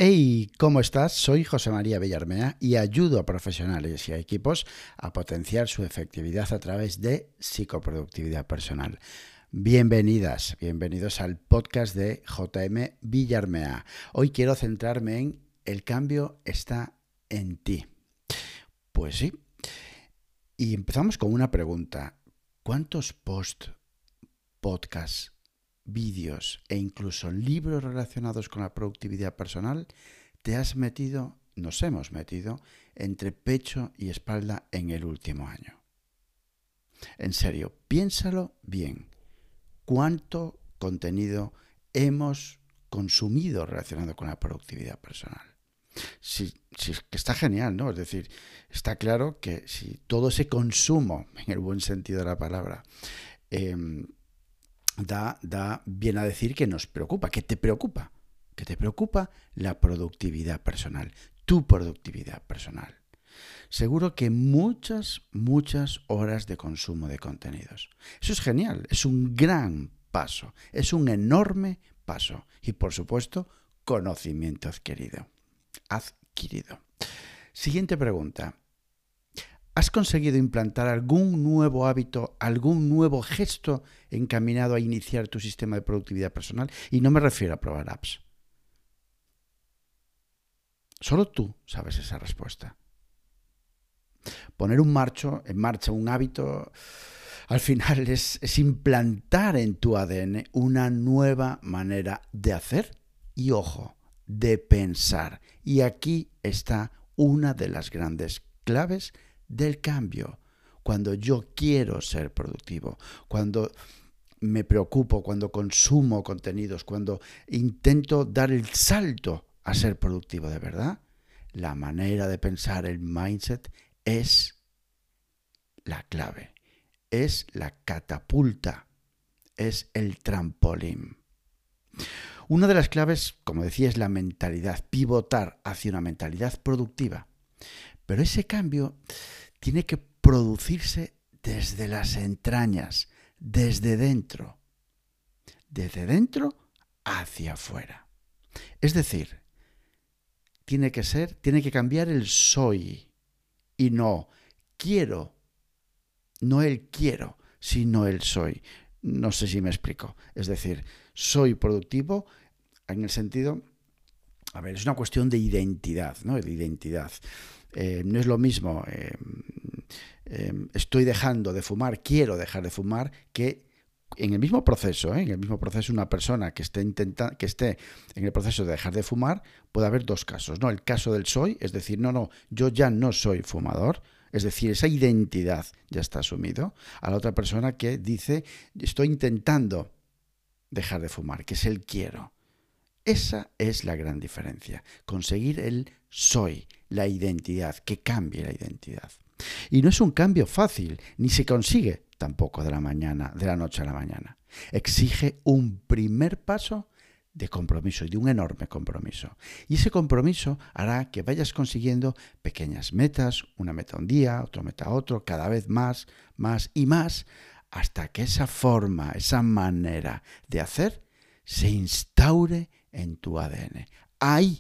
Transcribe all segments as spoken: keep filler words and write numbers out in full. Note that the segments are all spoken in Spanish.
Hey, ¿cómo estás? Soy José María Villarmea y ayudo a profesionales y a equipos a potenciar su efectividad a través de psicoproductividad personal. Bienvenidas, bienvenidos al podcast de J M Villarmea. Hoy quiero centrarme en el cambio está en ti. Pues sí. Y empezamos con una pregunta. ¿Cuántos posts, podcasts, vídeos e incluso libros relacionados con la productividad personal te has metido, nos hemos metido, entre pecho y espalda en el último año? En serio, piénsalo bien. ¿Cuánto contenido hemos consumido relacionado con la productividad personal? Sí, sí, que está genial, ¿no? Es decir, está claro que si todo ese consumo, en el buen sentido de la palabra, eh, Da, da bien a decir que nos preocupa, que te preocupa, que te preocupa la productividad personal, tu productividad personal. Seguro que muchas, muchas horas de consumo de contenidos. Eso es genial, es un gran paso, es un enorme paso. Y por supuesto, conocimiento adquirido. Adquirido. Siguiente pregunta. ¿Has conseguido implantar algún nuevo hábito, algún nuevo gesto encaminado a iniciar tu sistema de productividad personal? Y no me refiero a probar apps. Solo tú sabes esa respuesta. Poner un marcho, en marcha un hábito, al final es, es implantar en tu A D N una nueva manera de hacer y, ojo, de pensar. Y aquí está una de las grandes claves del cambio. Cuando yo quiero ser productivo, cuando me preocupo, cuando consumo contenidos, cuando intento dar el salto a ser productivo de verdad, la manera de pensar, el mindset, es la clave, es la catapulta, es el trampolín. Una de las claves, como decía, es la mentalidad, pivotar hacia una mentalidad productiva. Pero ese cambio tiene que producirse desde las entrañas, desde dentro, desde dentro hacia afuera. Es decir, tiene que ser, tiene que cambiar el soy y no quiero, no el quiero, sino el soy. No sé si me explico. Es decir, soy productivo en el sentido, a ver, es una cuestión de identidad, ¿no? De identidad. Eh, no es lo mismo, eh, eh, estoy dejando de fumar, quiero dejar de fumar, que en el mismo proceso, ¿eh? en el mismo proceso una persona que esté, intenta, que esté en el proceso de dejar de fumar, puede haber dos casos, ¿no? El caso del soy, es decir, no, no, yo ya no soy fumador, es decir, esa identidad ya está asumido, a la otra persona que dice, estoy intentando dejar de fumar, que es el quiero. Esa es la gran diferencia, conseguir el soy, la identidad, que cambie la identidad. Y no es un cambio fácil, ni se consigue tampoco de la mañana, de la noche a la mañana. Exige un primer paso de compromiso y de un enorme compromiso. Y ese compromiso hará que vayas consiguiendo pequeñas metas, una meta un día, otra meta otro, cada vez más, más y más, hasta que esa forma, esa manera de hacer se instaure en tu A D N. Ahí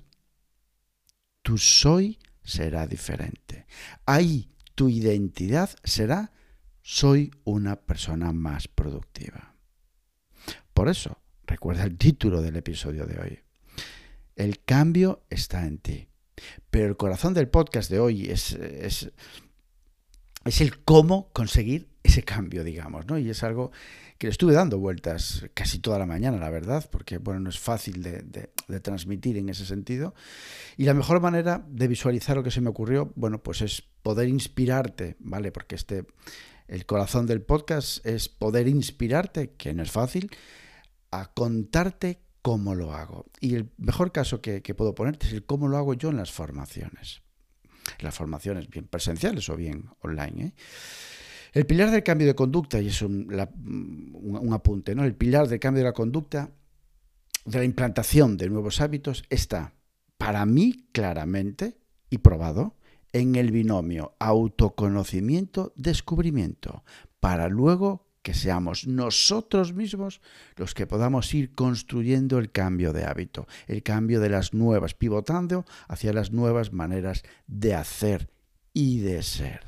tu soy será diferente. Ahí tu identidad será soy una persona más productiva. Por eso, recuerda el título del episodio de hoy. El cambio está en ti. Pero el corazón del podcast de hoy es, es, es el cómo conseguir ese cambio, digamos, ¿no? Y es algo que le estuve dando vueltas casi toda la mañana, la verdad, porque bueno, no es fácil de, de, de transmitir en ese sentido. Y la mejor manera de visualizar lo que se me ocurrió, bueno, pues es poder inspirarte, ¿vale? Porque este, el corazón del podcast es poder inspirarte, que no es fácil, a contarte cómo lo hago. Y el mejor caso que, que puedo ponerte es el cómo lo hago yo en las formaciones. Las formaciones bien presenciales o bien online, ¿eh? El pilar del cambio de conducta, y es un, la, un, un apunte, ¿no? El pilar del cambio de la conducta, de la implantación de nuevos hábitos, está, para mí, claramente y probado, en el binomio autoconocimiento-descubrimiento, para luego que seamos nosotros mismos los que podamos ir construyendo el cambio de hábito, el cambio de las nuevas, pivotando hacia las nuevas maneras de hacer y de ser.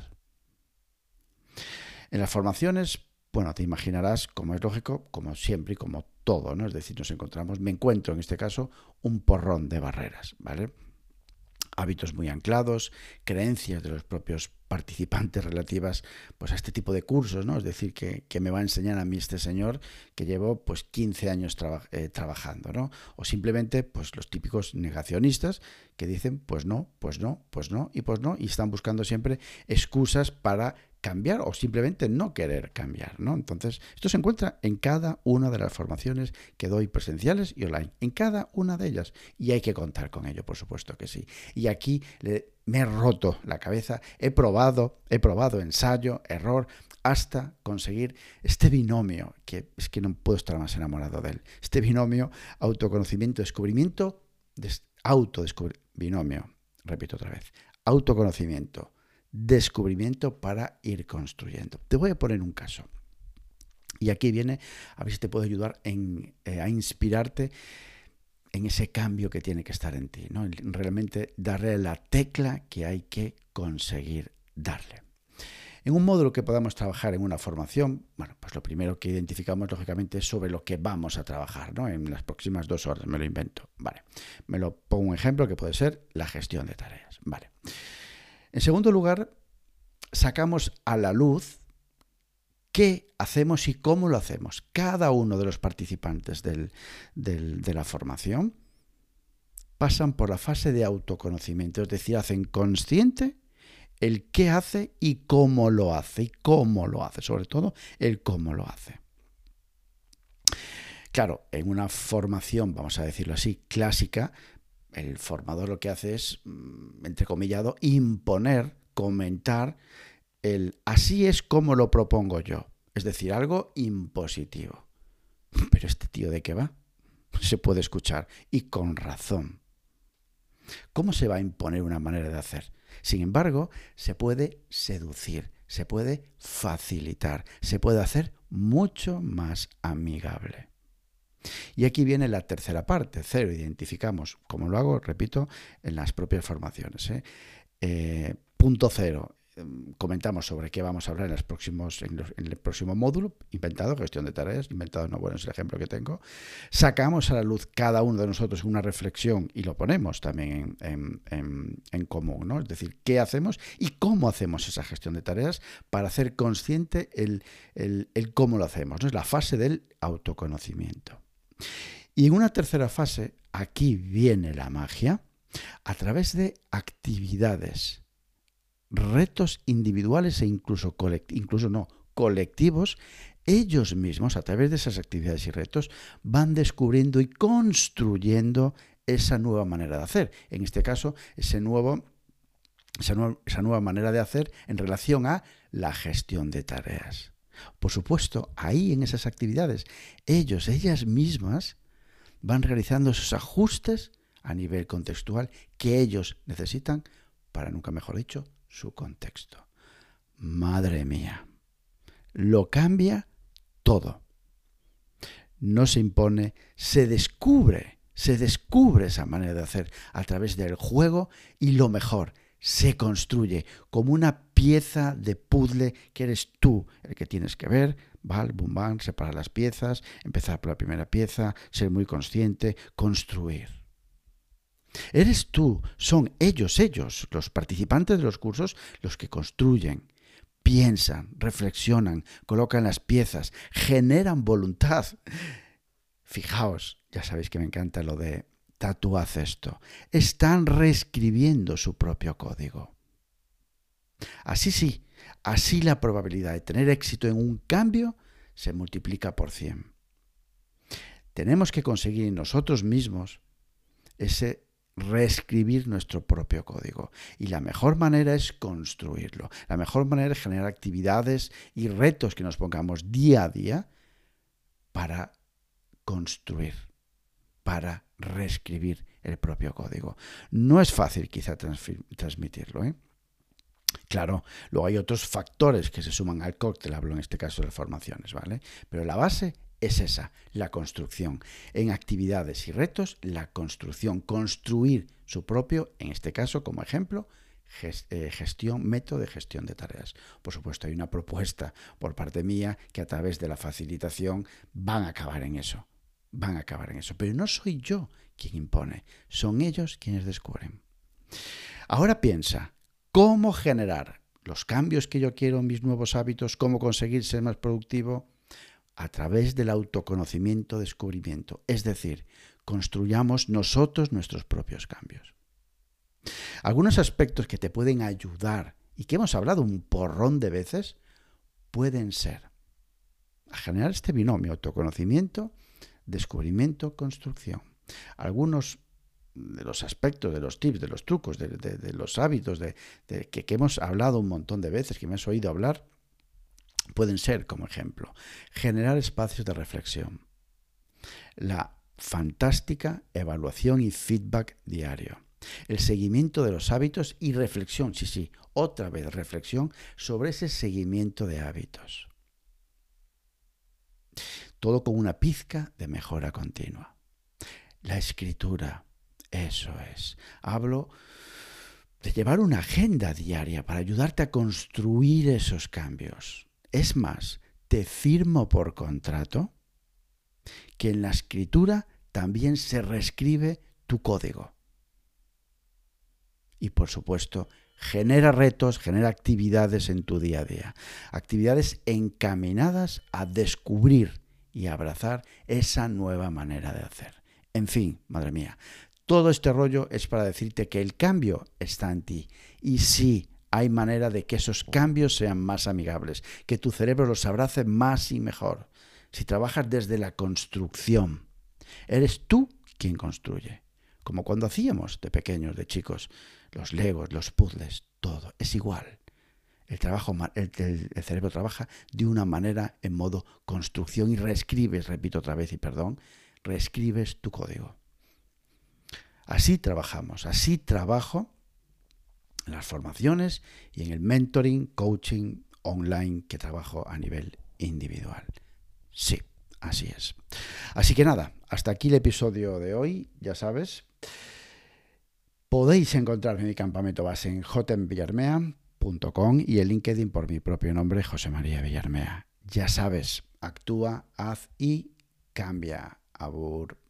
En las formaciones, bueno, te imaginarás, como es lógico, como siempre y como todo, ¿no? Es decir, nos encontramos, me encuentro en este caso, un porrón de barreras, ¿vale? Hábitos muy anclados, creencias de los propios participantes relativas pues, a este tipo de cursos, ¿no? Es decir, que, que me va a enseñar a mí este señor que llevo pues, quince años traba, eh, trabajando, ¿no? O simplemente pues, los típicos negacionistas que dicen pues no, pues no, pues no y pues no, y están buscando siempre excusas para cambiar o simplemente no querer cambiar, ¿no? Entonces, esto se encuentra en cada una de las formaciones que doy presenciales y online, en cada una de ellas, y hay que contar con ello, por supuesto que sí. Y aquí le, me he roto la cabeza, he probado, he probado ensayo, error, hasta conseguir este binomio, que es que no puedo estar más enamorado de él, este binomio autoconocimiento, descubrimiento, des, autodescubrimiento, binomio, repito otra vez, autoconocimiento, descubrimiento para ir construyendo. Te voy a poner un caso. Y aquí viene, a ver si te puedo ayudar en, eh, a inspirarte en ese cambio que tiene que estar en ti, ¿no? Realmente darle la tecla que hay que conseguir darle. En un módulo que podamos trabajar en una formación, bueno, pues lo primero que identificamos lógicamente es sobre lo que vamos a trabajar, ¿no? En las próximas dos horas, me lo invento. Vale. Me lo pongo un ejemplo que puede ser la gestión de tareas. Vale. En segundo lugar, sacamos a la luz qué hacemos y cómo lo hacemos. Cada uno de los participantes del, del, de la formación pasan por la fase de autoconocimiento, es decir, hacen consciente el qué hace y cómo lo hace, y cómo lo hace, sobre todo el cómo lo hace. Claro, en una formación, vamos a decirlo así, clásica, el formador lo que hace es, entrecomillado, imponer, comentar el así es como lo propongo yo. Es decir, algo impositivo. Pero este tío, ¿de qué va? Se puede escuchar. Y con razón. ¿Cómo se va a imponer una manera de hacer? Sin embargo, se puede seducir, se puede facilitar, se puede hacer mucho más amigable. Y aquí viene la tercera parte. Cero, identificamos, como lo hago, repito, en las propias formaciones. ¿eh? Eh, punto cero. Comentamos sobre qué vamos a hablar en, los próximos, en, los, en el próximo módulo, inventado, gestión de tareas, inventado no, bueno, es el ejemplo que tengo. Sacamos a la luz cada uno de nosotros una reflexión y lo ponemos también en, en, en, en común, ¿no? Es decir, qué hacemos y cómo hacemos esa gestión de tareas para hacer consciente el, el, el cómo lo hacemos, ¿no? Es la fase del autoconocimiento. Y en una tercera fase, aquí viene la magia, a través de actividades, retos individuales e incluso, colect incluso no, colectivos, ellos mismos, a través de esas actividades y retos, van descubriendo y construyendo esa nueva manera de hacer. En este caso, ese nuevo, esa, nueva, esa nueva manera de hacer en relación a la gestión de tareas. Por supuesto, ahí en esas actividades, ellos, ellas mismas, van realizando esos ajustes a nivel contextual que ellos necesitan para, nunca mejor dicho, su contexto. Madre mía, lo cambia todo. No se impone, se descubre, se descubre esa manera de hacer a través del juego y lo mejor, se construye como una pieza de puzzle que eres tú el que tienes que ver, ¿vale? Bum, bam, separar las piezas, empezar por la primera pieza, ser muy consciente, construir. Eres tú, son ellos, ellos, los participantes de los cursos, los que construyen, piensan, reflexionan, colocan las piezas, generan voluntad. Fijaos, ya sabéis que me encanta lo de tatuad esto. Están reescribiendo su propio código. Así sí, así la probabilidad de tener éxito en un cambio se multiplica por cien. Tenemos que conseguir nosotros mismos ese reescribir nuestro propio código. Y la mejor manera es construirlo. La mejor manera es generar actividades y retos que nos pongamos día a día para construir, para reescribir el propio código. No es fácil quizá transmitirlo, ¿eh? Claro, luego hay otros factores que se suman al cóctel, hablo en este caso de formaciones, ¿vale? Pero la base es esa, la construcción. En actividades y retos, la construcción, construir su propio, en este caso, como ejemplo, gestión, método de gestión de tareas. Por supuesto, hay una propuesta por parte mía que a través de la facilitación van a acabar en eso. Van a acabar en eso. Pero no soy yo quien impone, son ellos quienes descubren. Ahora piensa, ¿cómo generar los cambios que yo quiero en mis nuevos hábitos? ¿Cómo conseguir ser más productivo? A través del autoconocimiento, descubrimiento. Es decir, construyamos nosotros nuestros propios cambios. Algunos aspectos que te pueden ayudar y que hemos hablado un porrón de veces pueden ser a generar este binomio autoconocimiento, descubrimiento, construcción. Algunos de los aspectos, de los tips, de los trucos, de, de, de los hábitos de, de, que, que hemos hablado un montón de veces, que me has oído hablar, pueden ser, como ejemplo, generar espacios de reflexión, la fantástica evaluación y feedback diario, el seguimiento de los hábitos y reflexión, sí, sí, otra vez reflexión sobre ese seguimiento de hábitos. Todo con una pizca de mejora continua. La escritura, eso es. Hablo de llevar una agenda diaria para ayudarte a construir esos cambios. Es más, te firmo por contrato que en la escritura también se reescribe tu código. Y por supuesto, genera retos, genera actividades en tu día a día. Actividades encaminadas a descubrir y abrazar esa nueva manera de hacer. En fin, madre mía, todo este rollo es para decirte que el cambio está en ti. Y sí, hay manera de que esos cambios sean más amigables, que tu cerebro los abrace más y mejor. Si trabajas desde la construcción, eres tú quien construye. Como cuando hacíamos de pequeños, de chicos, los legos, los puzzles, todo. Es igual. El, trabajo, el, el, el cerebro trabaja de una manera en modo construcción y reescribes, repito otra vez y perdón, reescribes tu código. Así trabajamos, así trabajo en las formaciones y en el mentoring, coaching online que trabajo a nivel individual. Sí, así es. Así que nada, hasta aquí el episodio de hoy, ya sabes. Podéis encontrarme en mi campamento base en j m villarmea punto com y en LinkedIn por mi propio nombre, José María Villarmea. Ya sabes, actúa, haz y cambia. Abur.